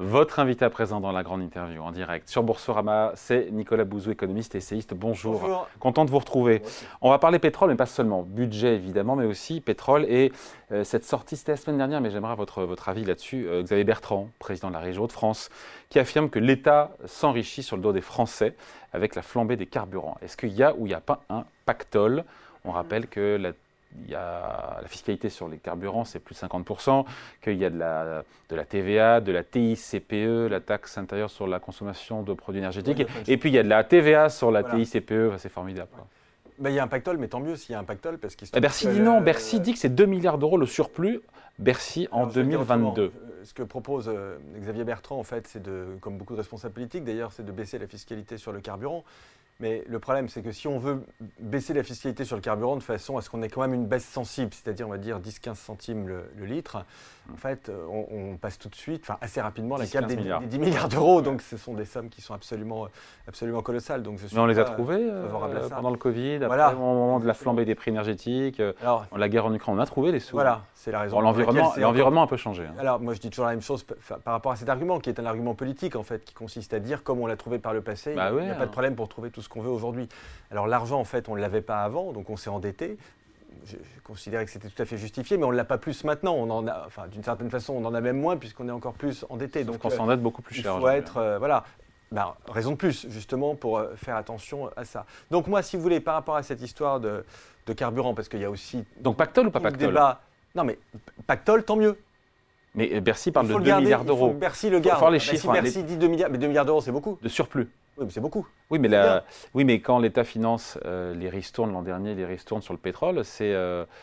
Votre invité à présent dans la grande interview en direct sur Boursorama, c'est Nicolas Bouzou, économiste et essayiste. Bonjour. Bonjour. Content de vous retrouver. On va parler pétrole, mais pas seulement. Budget évidemment, mais aussi pétrole. Et cette sortie, c'était la semaine dernière, mais j'aimerais votre avis là-dessus. Xavier Bertrand, président de la région Hauts-de-France, qui affirme que l'État s'enrichit sur le dos des Français avec la flambée des carburants. Est-ce qu'il y a ou il n'y a pas un pactole? On rappelle que il y a la fiscalité sur les carburants, c'est plus de 50%, qu'il y a de la TVA, de la TICPE, la taxe intérieure sur la consommation de produits énergétiques, et puis il y a de la TVA sur la TICPE, c'est formidable. Quoi. Il y a un pactole, mais tant mieux s'il y a un pactole. Parce qu'il Bercy dit non, Bercy dit que c'est 2 milliards d'euros le surplus, Bercy en 2022. Ce que propose Xavier Bertrand, en fait, c'est comme beaucoup de responsables politiques d'ailleurs, c'est de baisser la fiscalité sur le carburant. Mais le problème, c'est que si on veut baisser la fiscalité sur le carburant de façon à ce qu'on ait quand même une baisse sensible, c'est-à-dire on va dire 10-15 centimes le litre, en fait, on passe tout de suite, assez rapidement, la cape des 10 milliards d'euros. Donc ce sont des sommes qui sont absolument colossales. Donc, mais on les a trouvées pendant le Covid, après au moment de la flambée des prix énergétiques, la guerre en Ukraine, on a trouvé les sous. Voilà, c'est la raison. L'environnement a un peu changé. Hein. Alors moi je dis toujours la même chose par rapport à cet argument, qui est un argument politique en fait, qui consiste à dire comme on l'a trouvé par le passé, il n'y a pas de problème pour trouver tout ce qu'on veut aujourd'hui. Alors l'argent en fait on ne l'avait pas avant, donc on s'est endetté. Je considérais que c'était tout à fait justifié, mais on ne l'a pas plus maintenant. D'une certaine façon, on en a même moins puisqu'on est encore plus endetté. Donc on s'endette beaucoup plus cher. Il faut être, raison de plus justement pour faire attention à ça. Donc moi, si vous voulez, par rapport à cette histoire de carburant, parce qu'il y a aussi donc pactole ou pas pactole débat. Non mais pactole, tant mieux. Mais Bercy parle de 2 milliards d'euros. Bercy le garde. Il faut voir les chiffres. Bercy dit 2 milliards, mais 2 milliards d'euros, c'est beaucoup. De surplus. Oui, mais c'est beaucoup. Oui, mais quand l'État finance les ristournes l'an dernier, les ristournes sur le pétrole, c'est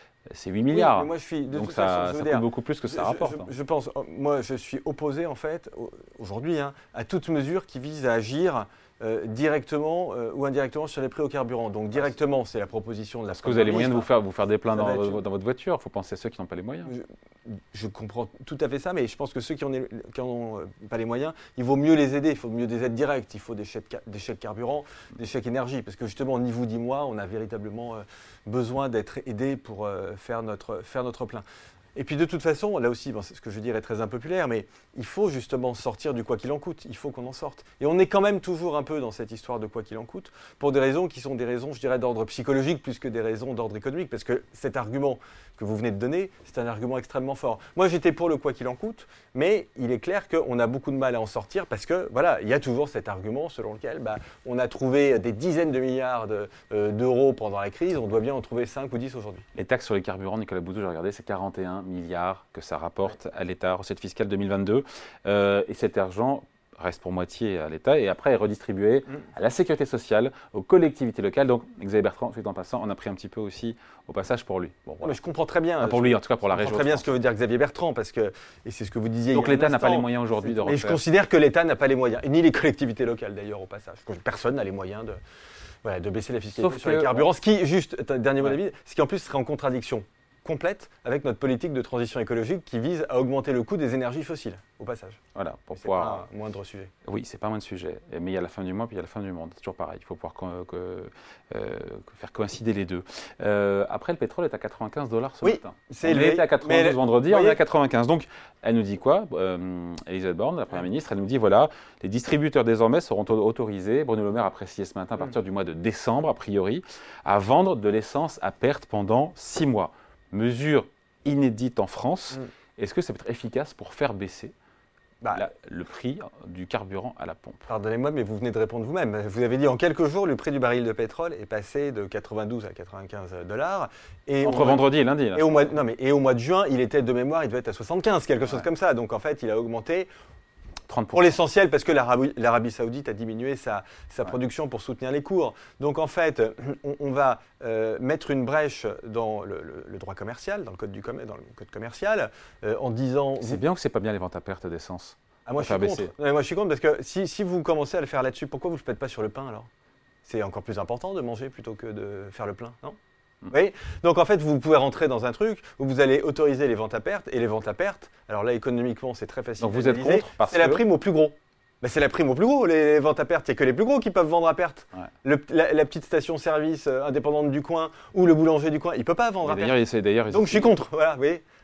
8 milliards. Oui, mais moi, je suis donc ça coûte beaucoup plus que ça rapporte. Je pense, moi, je suis opposé en fait aujourd'hui à toute mesure qui vise à agir directement ou indirectement sur les prix au carburant. Donc directement, c'est la proposition de la. Est-ce que vous avez les moyens de vous faire des pleins dans votre voiture? Il faut penser à ceux qui n'ont pas les moyens. Je comprends tout à fait ça, mais je pense que ceux qui n'ont pas les moyens, il vaut mieux les aider. Il faut mieux des aides directes. Il faut des chèques carburant, des chèques énergie. Parce que justement, ni vous ni moi, on a véritablement besoin d'être aidés pour faire notre plein. Et puis de toute façon, là aussi, ce que je veux dire est très impopulaire, mais il faut justement sortir du quoi qu'il en coûte. Il faut qu'on en sorte. Et on est quand même toujours un peu dans cette histoire de quoi qu'il en coûte, pour des raisons qui sont des raisons, je dirais, d'ordre psychologique plus que des raisons d'ordre économique. Parce que cet argument que vous venez de donner, c'est un argument extrêmement fort. Moi, j'étais pour le quoi qu'il en coûte, mais il est clair qu'on a beaucoup de mal à en sortir parce que, voilà, il y a toujours cet argument selon lequel on a trouvé des dizaines de milliards d'euros pendant la crise, on doit bien en trouver 5 ou 10 aujourd'hui. Les taxes sur les carburants, Nicolas Bouzou, j'ai regardé, c'est 41 milliards que ça rapporte à l'État, recette fiscale 2022. Et cet argent reste pour moitié à l'État et après est redistribué à la sécurité sociale, aux collectivités locales. Donc, Xavier Bertrand, en passant, on a pris un petit peu aussi au passage pour lui. Bon, voilà. Mais je comprends très bien. Pour lui, en tout cas pour la région. Je comprends très bien ce que veut dire Xavier Bertrand, et c'est ce que vous disiez. Donc l'État n'a pas les moyens aujourd'hui de refaire. Mais je considère que l'État n'a pas les moyens, et ni les collectivités locales d'ailleurs au passage. Personne n'a les moyens de baisser la fiscalité sur les carburants. Ce qui, juste, dernier mot David, ce qui en plus serait en contradiction complète avec notre politique de transition écologique qui vise à augmenter le coût des énergies fossiles, au passage. Voilà, pour pouvoir... C'est pas un moindre sujet. Oui, c'est pas un moindre sujet. Mais il y a la fin du mois, puis il y a la fin du monde. C'est toujours pareil. Il faut pouvoir faire coïncider les deux. Après, le pétrole est à 95 $ ce matin. C'est élevé. Il était à 92 vendredi, on est à 95. Donc, elle nous dit quoi Elisabeth Borne, la Première ministre, elle nous dit, voilà, les distributeurs désormais seront autorisés, Bruno Le Maire a précisé ce matin, à partir du mois de décembre, a priori, à vendre de l'essence à perte pendant 6 mois. Mesure inédite en France. Est-ce que ça peut être efficace pour faire baisser le prix du carburant à la pompe? Pardonnez-moi, mais vous venez de répondre vous-même. Vous avez dit en quelques jours, le prix du baril de pétrole est passé de 92 à 95 $. Entre vendredi et lundi. Là, et au mois de juin, il était de mémoire, il devait être à 75, quelque chose comme ça. Donc en fait, il a augmenté 30%. Pour l'essentiel, parce que l'Arabie Saoudite a diminué sa production pour soutenir les cours. Donc en fait, on va mettre une brèche dans le droit commercial, dans le code commercial, en disant... C'est bien ou c'est pas bien les ventes à perte d'essence? Moi, je suis contre. Moi, je suis contre parce que si vous commencez à le faire là-dessus, pourquoi vous ne le faites pas sur le pain alors? C'est encore plus important de manger plutôt que de faire le plein, non? Oui. Donc en fait, vous pouvez rentrer dans un truc où vous allez autoriser les ventes à perte. Et les ventes à perte, alors là, économiquement, c'est très facile. Donc vous êtes contre parce que... C'est la prime au plus gros. C'est la prime au plus gros, les ventes à perte. Il n'y a que les plus gros qui peuvent vendre à perte. Ouais. La petite station-service indépendante du coin ou le boulanger du coin, il ne peut pas vendre à perte. D'ailleurs, donc je suis contre. Voilà, vous voyez.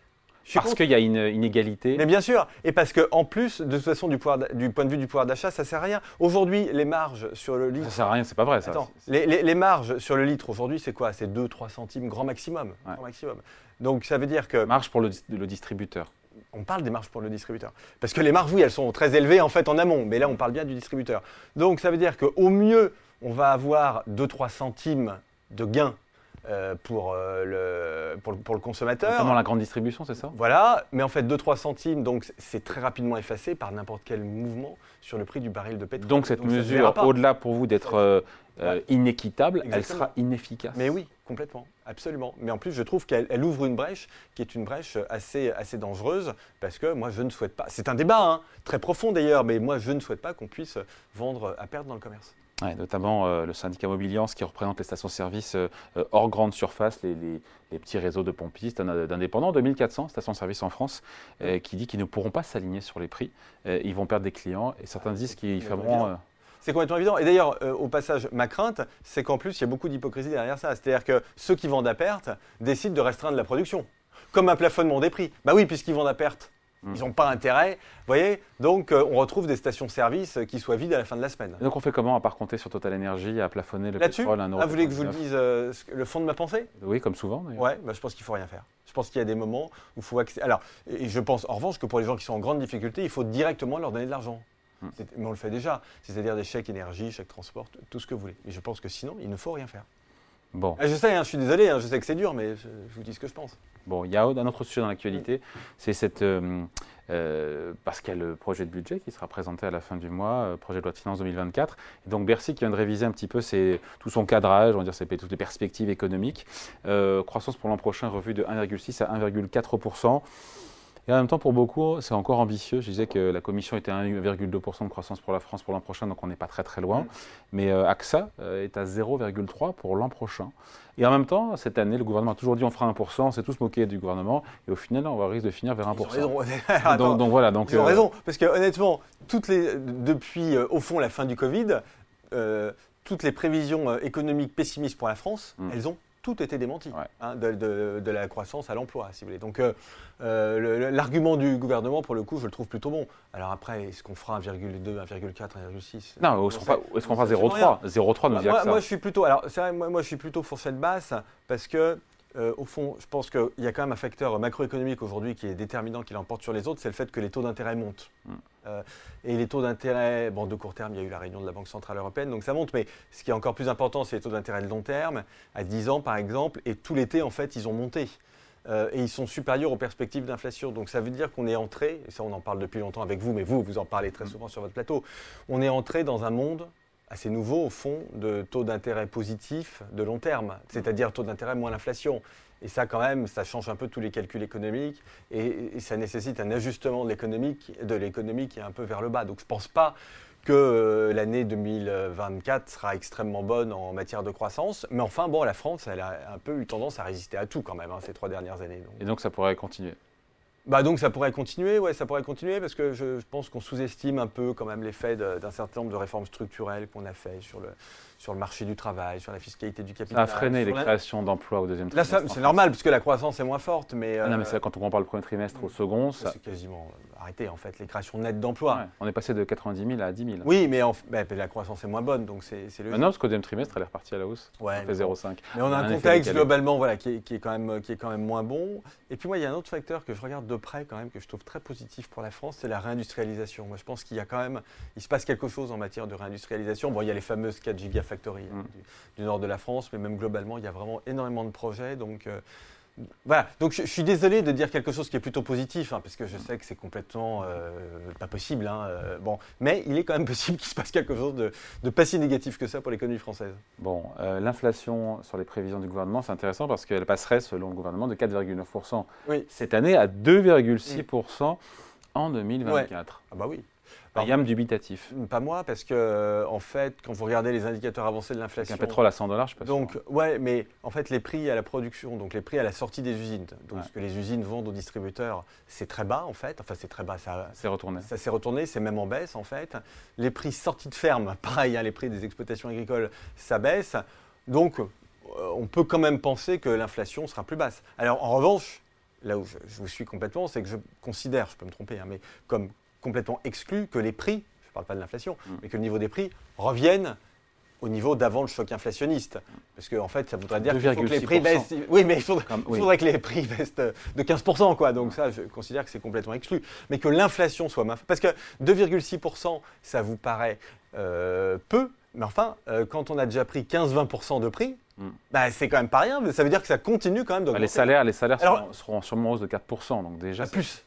Parce qu'il y a une inégalité. Mais bien sûr, et parce qu'en plus, de toute façon, du point de vue du pouvoir d'achat, ça ne sert à rien. Aujourd'hui, les marges sur le litre… Ça ne sert à rien, c'est pas vrai ça. Attends, les marges sur le litre aujourd'hui, c'est quoi? C'est 2-3 centimes grand maximum, Ouais. grand maximum. Donc ça veut dire que… Marge pour le distributeur. On parle des marges pour le distributeur. Parce que les marges, oui, elles sont très élevées en fait en amont, mais là on parle bien du distributeur. Donc ça veut dire qu'au mieux, on va avoir 2-3 centimes de gain pour le consommateur. Notamment la grande distribution, c'est ça? Voilà, mais en fait 2-3 centimes, donc c'est très rapidement effacé par n'importe quel mouvement sur le prix du baril de pétrole. Donc cette ça se mesure, verra pas. au-delà pour vous d'être inéquitable, elle Exactement. sera inefficace. Mais oui, complètement, absolument. Mais en plus, je trouve qu'elle ouvre une brèche qui est une brèche assez dangereuse parce que moi, je ne souhaite pas… C'est un débat hein, très profond d'ailleurs, mais moi, je ne souhaite pas qu'on puisse vendre à perte dans le commerce. Ouais, notamment le syndicat Mobiliance qui représente les stations-service hors grande surface, les petits réseaux de pompistes d'indépendants, 2400 stations-service en France, qui dit qu'ils ne pourront pas s'aligner sur les prix. Ils vont perdre des clients et certains disent qu'ils feront… C'est complètement évident. Et d'ailleurs, au passage, ma crainte, c'est qu'en plus, il y a beaucoup d'hypocrisie derrière ça. C'est-à-dire que ceux qui vendent à perte décident de restreindre la production, comme un plafonnement des prix. Bah oui, puisqu'ils vendent à perte. Ils n'ont pas intérêt, vous voyez. Donc, on retrouve des stations-service qui soient vides à la fin de la semaine. Et donc, on fait comment, à part compter sur Total Energy, à plafonner le là-dessus, pétrole à 1 euro? vous voulez que je vous le dise le fond de ma pensée? Oui, comme souvent. D'ailleurs. Ouais, bah, je pense qu'il ne faut rien faire. Je pense qu'il y a des moments où il faut accéder. Alors, et je pense en revanche que pour les gens qui sont en grande difficulté, il faut directement leur donner de l'argent. Mais on le fait déjà, c'est-à-dire des chèques énergie, chèques transport, tout ce que vous voulez. Mais je pense que sinon, il ne faut rien faire. Bon. Je sais, je suis désolé, je sais que c'est dur, mais je vous dis ce que je pense. Bon, il y a un autre sujet dans l'actualité, c'est parce qu'il y a le projet de budget qui sera présenté à la fin du mois, projet de loi de finances 2024. Et donc Bercy qui vient de réviser un petit peu tout son cadrage, on va dire toutes les perspectives économiques. Croissance pour l'an prochain revue de 1,6 à 1,4%. Et en même temps, pour beaucoup, c'est encore ambitieux. Je disais que la Commission était à 1,2% de croissance pour la France pour l'an prochain, donc on n'est pas très très loin. Mais AXA est à 0,3% pour l'an prochain. Et en même temps, cette année, le gouvernement a toujours dit on fera 1%, on s'est tous moqués du gouvernement. Et au final, on risque de finir vers 1%. Ils ont raison. donc voilà. Ils ont raison, parce que honnêtement, depuis au fond la fin du Covid, toutes les prévisions économiques pessimistes pour la France, elles ont tout été démenti, de la croissance à l'emploi, si vous voulez. Donc l'argument du gouvernement, pour le coup, je le trouve plutôt bon. Alors après, est-ce qu'on fera 1,2, 1,4, 1,6 ? Non, est-ce qu'on fera 0,3 0,3 nous dit que ça. Moi, je suis plutôt, alors c'est vrai, moi, je suis plutôt fourchette basse, parce que au fond, je pense qu'il y a quand même un facteur macroéconomique aujourd'hui qui est déterminant, qui l'emporte sur les autres, c'est le fait que les taux d'intérêt montent. Et les taux d'intérêt, de court terme, il y a eu la réunion de la Banque Centrale Européenne, donc ça monte. Mais ce qui est encore plus important, c'est les taux d'intérêt de long terme, à 10 ans par exemple, et tout l'été, en fait, ils ont monté. Et ils sont supérieurs aux perspectives d'inflation. Donc ça veut dire qu'on est entré, et ça on en parle depuis longtemps avec vous, mais vous en parlez très souvent sur votre plateau, on est entré dans un monde assez nouveau, au fond, de taux d'intérêt positifs de long terme, c'est-à-dire taux d'intérêt moins l'inflation. Et ça, quand même, ça change un peu tous les calculs économiques et ça nécessite un ajustement de l'économie qui est un peu vers le bas. Donc je ne pense pas que l'année 2024 sera extrêmement bonne en matière de croissance. Mais enfin, la France, elle a un peu eu tendance à résister à tout quand même, ces 3 dernières années. Et donc ça pourrait continuer? Donc ça pourrait continuer, parce que je pense qu'on sous-estime un peu quand même l'effet d'un certain nombre de réformes structurelles qu'on a fait sur le marché du travail, sur la fiscalité du capital. Ça a freiné les créations d'emplois au deuxième trimestre. Là, c'est normal, puisque la croissance est moins forte. Mais, non, mais c'est quand on compare le premier trimestre au second. C'est quasiment arrêté, en fait, les créations nettes d'emplois. Ouais, on est passé de 90 000 à 10 000. Oui, mais la croissance est moins bonne, donc c'est logique. Non, parce qu'au deuxième trimestre, elle est repartie à la hausse. Ouais, on fait 0,5. Mais on a un contexte globalement qui est quand même moins bon. Et puis moi, il y a un autre facteur que je regarde de près quand même, que je trouve très positif pour la France, c'est la réindustrialisation. Moi, je pense qu'il y a quand même, il se passe quelque chose en matière de réindustrialisation. Il y a les fameuses 4 gigafactories du nord de la France, mais même globalement, il y a vraiment énormément de projets. Donc voilà. Donc je suis désolé de dire quelque chose qui est plutôt positif, parce que je sais que c'est complètement pas possible. Mais il est quand même possible qu'il se passe quelque chose de pas si négatif que ça pour l'économie française. Bon, l'inflation sur les prévisions du gouvernement, c'est intéressant parce qu'elle passerait, selon le gouvernement, de 4,9% cette année à 2,6% en 2024. Ah bah oui. Ayam dubitatif. Pas moi, parce que en fait, quand vous regardez les indicateurs avancés de l'inflation… Avec un pétrole à $100, je ne suis pas sûr. Donc, mais en fait, les prix à la production, donc les prix à la sortie des usines, donc ce que les usines vendent aux distributeurs, c'est très bas en fait. Enfin, c'est très bas, ça s'est retourné, c'est même en baisse en fait. Les prix sortis de ferme, pareil, les prix des exploitations agricoles, ça baisse. Donc, on peut quand même penser que l'inflation sera plus basse. Alors, en revanche, là où je vous suis complètement, c'est que je considère, je peux me tromper, mais comme complètement exclu que les prix, je ne parle pas de l'inflation, mais que le niveau des prix revienne au niveau d'avant le choc inflationniste. Parce qu'en fait, ça voudrait dire qu'il faut que les prix baissent. Oui, mais il faudrait que les prix baissent de 15%, quoi. Donc ça, je considère que c'est complètement exclu. Mais que l'inflation soit parce que 2,6%, ça vous paraît peu, mais enfin, quand on a déjà pris 15-20% de prix, c'est quand même pas rien. Ça veut dire que ça continue quand même d'augmenter. Les salaires seront sûrement en hausse de 4%. Donc déjà, plus.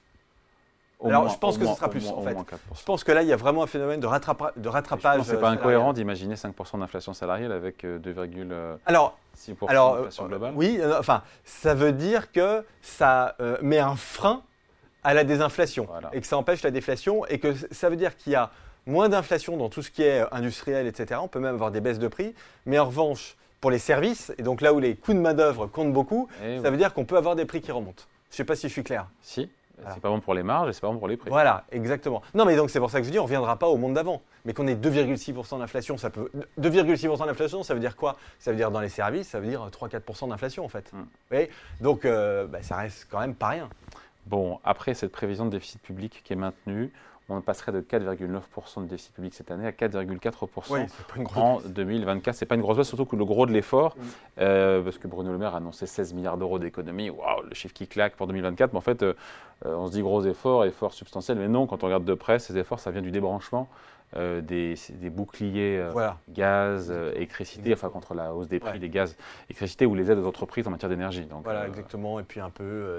Je pense que ce sera plus, en fait. Je pense que là, il y a vraiment un phénomène de rattrapage. C'est pas incohérent d'imaginer 5% d'inflation salariale avec 2,6% d'inflation globale. Oui, ça veut dire que ça met un frein à la désinflation et que ça empêche la déflation et que ça veut dire qu'il y a moins d'inflation dans tout ce qui est industriel, etc. On peut même avoir des baisses de prix, mais en revanche, pour les services, et donc là où les coûts de main-d'œuvre comptent beaucoup, ça veut dire qu'on peut avoir des prix qui remontent. Je ne sais pas si je suis clair. Si. Voilà. C'est pas bon pour les marges et c'est pas bon pour les prix. Voilà, exactement. Non, mais donc c'est pour ça que je dis, on ne reviendra pas au monde d'avant. Mais qu'on ait 2,6% d'inflation, 2,6% d'inflation, ça veut dire quoi? Ça veut dire dans les services, ça veut dire 3-4% d'inflation en fait. Vous voyez, donc ça reste quand même pas rien. Bon, après cette prévision de déficit public qui est maintenue, on passerait de 4,9% de déficit public cette année à 4,4% en 2024. Ce n'est pas une grosse baisse, surtout que le gros de l'effort, parce que Bruno Le Maire a annoncé 16 milliards d'euros d'économie, waouh, le chiffre qui claque pour 2024. Mais en fait, on se dit gros effort substantiel, mais non, quand on regarde de près, ces efforts, ça vient du débranchement des boucliers gaz, électricité, enfin contre la hausse des prix des gaz, électricité ou les aides aux entreprises en matière d'énergie. Donc, voilà, exactement. Et puis un peu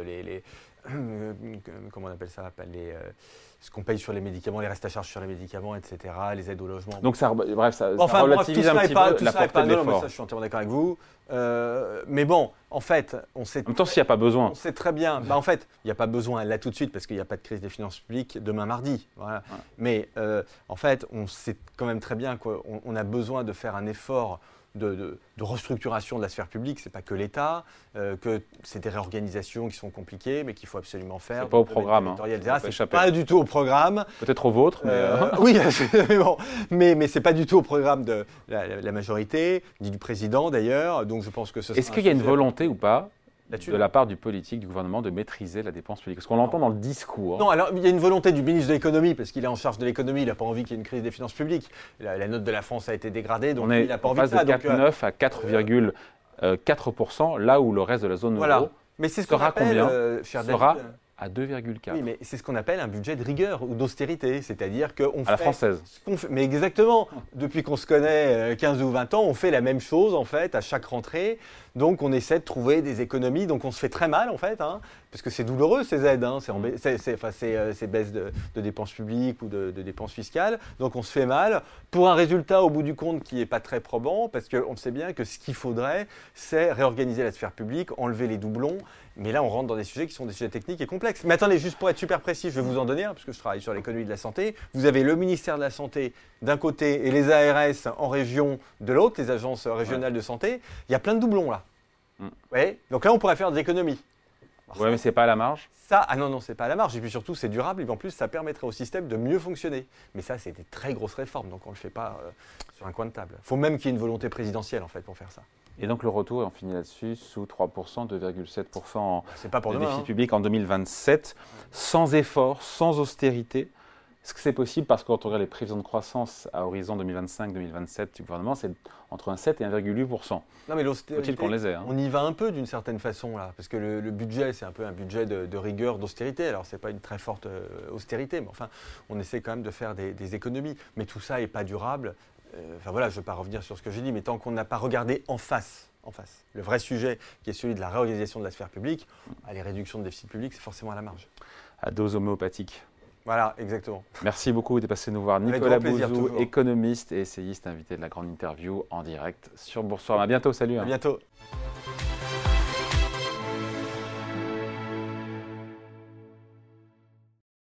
comment on appelle ça, ce qu'on paye sur les médicaments, les restes à charge sur les médicaments, etc., les aides au logement. Donc ça relativise un petit peu la portée de l'effort. Je suis entièrement d'accord avec vous. Mais bon, en fait, on sait… En même temps, s'il n'y a pas besoin. On sait très bien. En fait, il n'y a pas besoin là tout de suite parce qu'il n'y a pas de crise des finances publiques demain mardi. Voilà. Ouais. Mais en fait, on sait quand même très bien qu'on a besoin de faire un effort de restructuration de la sphère publique, c'est pas que l'État, que c'est des réorganisations qui sont compliquées, mais qu'il faut absolument faire. C'est pas au programme. C'est pas du tout au programme. Peut-être au vôtre. Oui, mais c'est pas du tout au programme de la majorité, ni du président d'ailleurs. Donc je pense que Est-ce qu'il y a une volonté ou pas de la part du politique, du gouvernement, de maîtriser la dépense publique? Parce qu'on l'entend dans le discours. Non, alors il y a une volonté du ministre de l'économie, parce qu'il est en charge de l'économie, il n'a pas envie qu'il y ait une crise des finances publiques. La note de la France a été dégradée, donc il n'a pas envie de ça. On est de 4,9 à 4,4%, là où le reste de la zone euro mais c'est ce qu'on appelle, sera à 2,4. Oui, mais c'est ce qu'on appelle un budget de rigueur ou d'austérité, c'est-à-dire qu'on fait… À la française. Mais exactement. Depuis qu'on se connaît 15 ou 20 ans, on fait la même chose en fait à chaque rentrée. Donc on essaie de trouver des économies. Donc on se fait très mal en fait, parce que c'est douloureux ces aides, ces baisses de dépenses publiques ou de dépenses fiscales. Donc on se fait mal pour un résultat au bout du compte qui n'est pas très probant, parce qu'on sait bien que ce qu'il faudrait, c'est réorganiser la sphère publique, enlever les doublons. Mais là, on rentre dans des sujets qui sont des sujets techniques et complexes. Mais attendez, juste pour être super précis, je vais vous en donner un, parce que je travaille sur l'économie de la santé. Vous avez le ministère de la Santé d'un côté et les ARS en région de l'autre, les agences régionales de santé. Il y a plein de doublons là. Ouais. Donc là, on pourrait faire des économies. Oui, mais ce n'est pas à la marge. Non, c'est pas à la marge. Et puis surtout, c'est durable. Et en plus, ça permettrait au système de mieux fonctionner. Mais ça, c'est des très grosses réformes. Donc on ne le fait pas sur un coin de table. Il faut même qu'il y ait une volonté présidentielle en fait pour faire ça. Et donc le retour, et on finit là-dessus, sous 3%, 2,7% de déficit public en 2027, sans effort, sans austérité. Est-ce que c'est possible? Parce que quand on regarde les prévisions de croissance à horizon 2025-2027 du gouvernement, c'est entre un 7 et 1,8%. Non, mais l'austérité, faut-il qu'on les ait, on y va un peu d'une certaine façon là, parce que le budget, c'est un peu un budget de rigueur, d'austérité. Alors, c'est pas une très forte austérité, mais enfin, on essaie quand même de faire des économies. Mais tout ça n'est pas durable. Je ne vais pas revenir sur ce que j'ai dit, mais tant qu'on n'a pas regardé en face, le vrai sujet qui est celui de la réorganisation de la sphère publique, les réductions de déficit public, c'est forcément à la marge. À dose homéopathique. Voilà, exactement. Merci beaucoup d'être passé nous voir. Nicolas Bouzou, économiste et essayiste, invité de la grande interview en direct sur Boursorama. À bientôt, salut. À bientôt.